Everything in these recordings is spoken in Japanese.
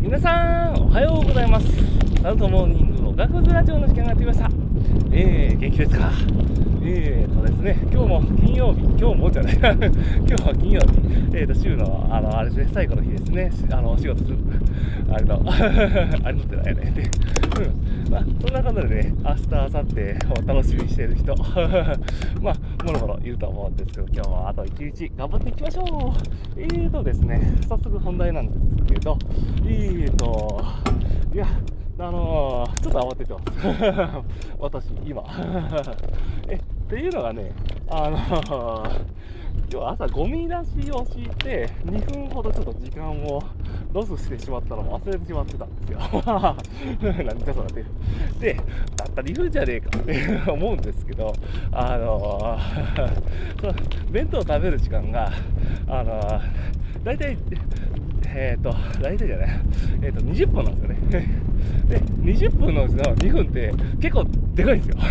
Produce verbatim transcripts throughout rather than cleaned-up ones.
皆さんおはようございます。サウトモーニングおがくずラジオの時間がやってきました。えー、元気ですか？えーとですね、今日も金曜日、今日もじゃない今日は金曜日、えーと週のあのあれですね、最後の日ですね。あのお仕事するあれのあれのってないよねで、うん、まあそんな感じでね、明日明後日を楽しみにしている人まあもろもろいると思うんですけど、今日はあと一日頑張っていきましょう。えーとですね、早速本題なんですけど、えーといやあのー、ちょっと慌ててます私今えっていうのがね、あのー、今日朝ゴミ出しをしてにふんほどちょっと時間をロスしてしまったのも忘れてしまってたんですよなんでかそうなってで、たったにふんじゃねえかって思うんですけど、あのー、その弁当を食べる時間があのー、だいたいえっ、ー、と、大体じゃない、えっ、ー、と、にじゅっぷんなんですよね。で、にじゅっぷんのうちのにふんって結構でかいんですよ。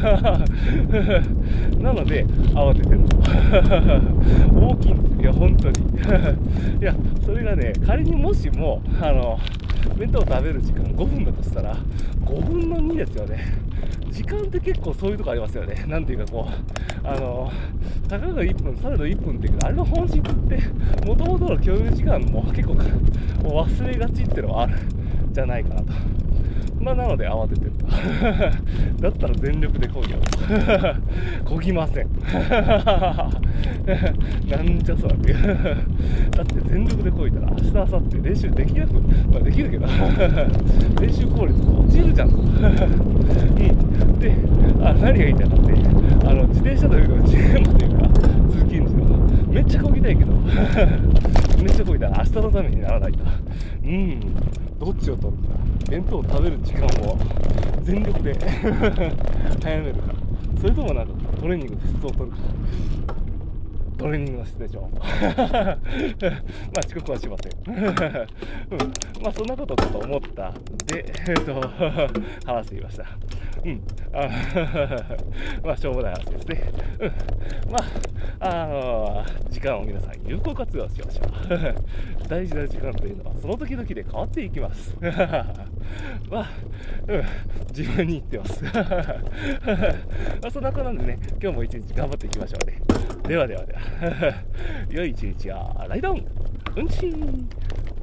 なので、慌ててる。大きいんですよ。いや、本当に。いや、それがね、仮にもしも、あの、弁当を食べる時間ごふんだとしたら、ごぶんのにですよね。時間って結構そういうとこありますよね。なんていうかこう、あの、たかがいっぷん、されどいっぷんっていうか、あれの本質って、もともとの共有時間も結構もう忘れがちっていうのはあるんじゃないかなと。まあ、なので慌ててると。だったら全力で漕ぎよう。漕ぎません。なんじゃそらっていう。だって全力で漕いだら明日、明後日練習できなく、まあできるけど、練習効率が落ちるじゃん。うん。で、あ、何が言いたいかって、あの、自転車というか、自転車というか、通勤時の、めっちゃ漕ぎたいけど、めっちゃ漕いだら明日のためにならないと。うん。どっちを取るか。弁当を食べる時間を全力で早めるか、それともなんかトレーニングで質を取るか。トレーニングの質でしょまあ遅刻はしません、うん、まあそんなことちょっと思ったで、えっと話していました。うんあまあしょうもない話ですね。うんまああのー、時間を皆さん有効活用しましょう大事な時間というのはその時々で変わっていきますまあ、うん、自分に言ってますまあそんなことなんでね、今日も一日頑張っていきましょうね。ではではでは良い一日をライドンうんちー。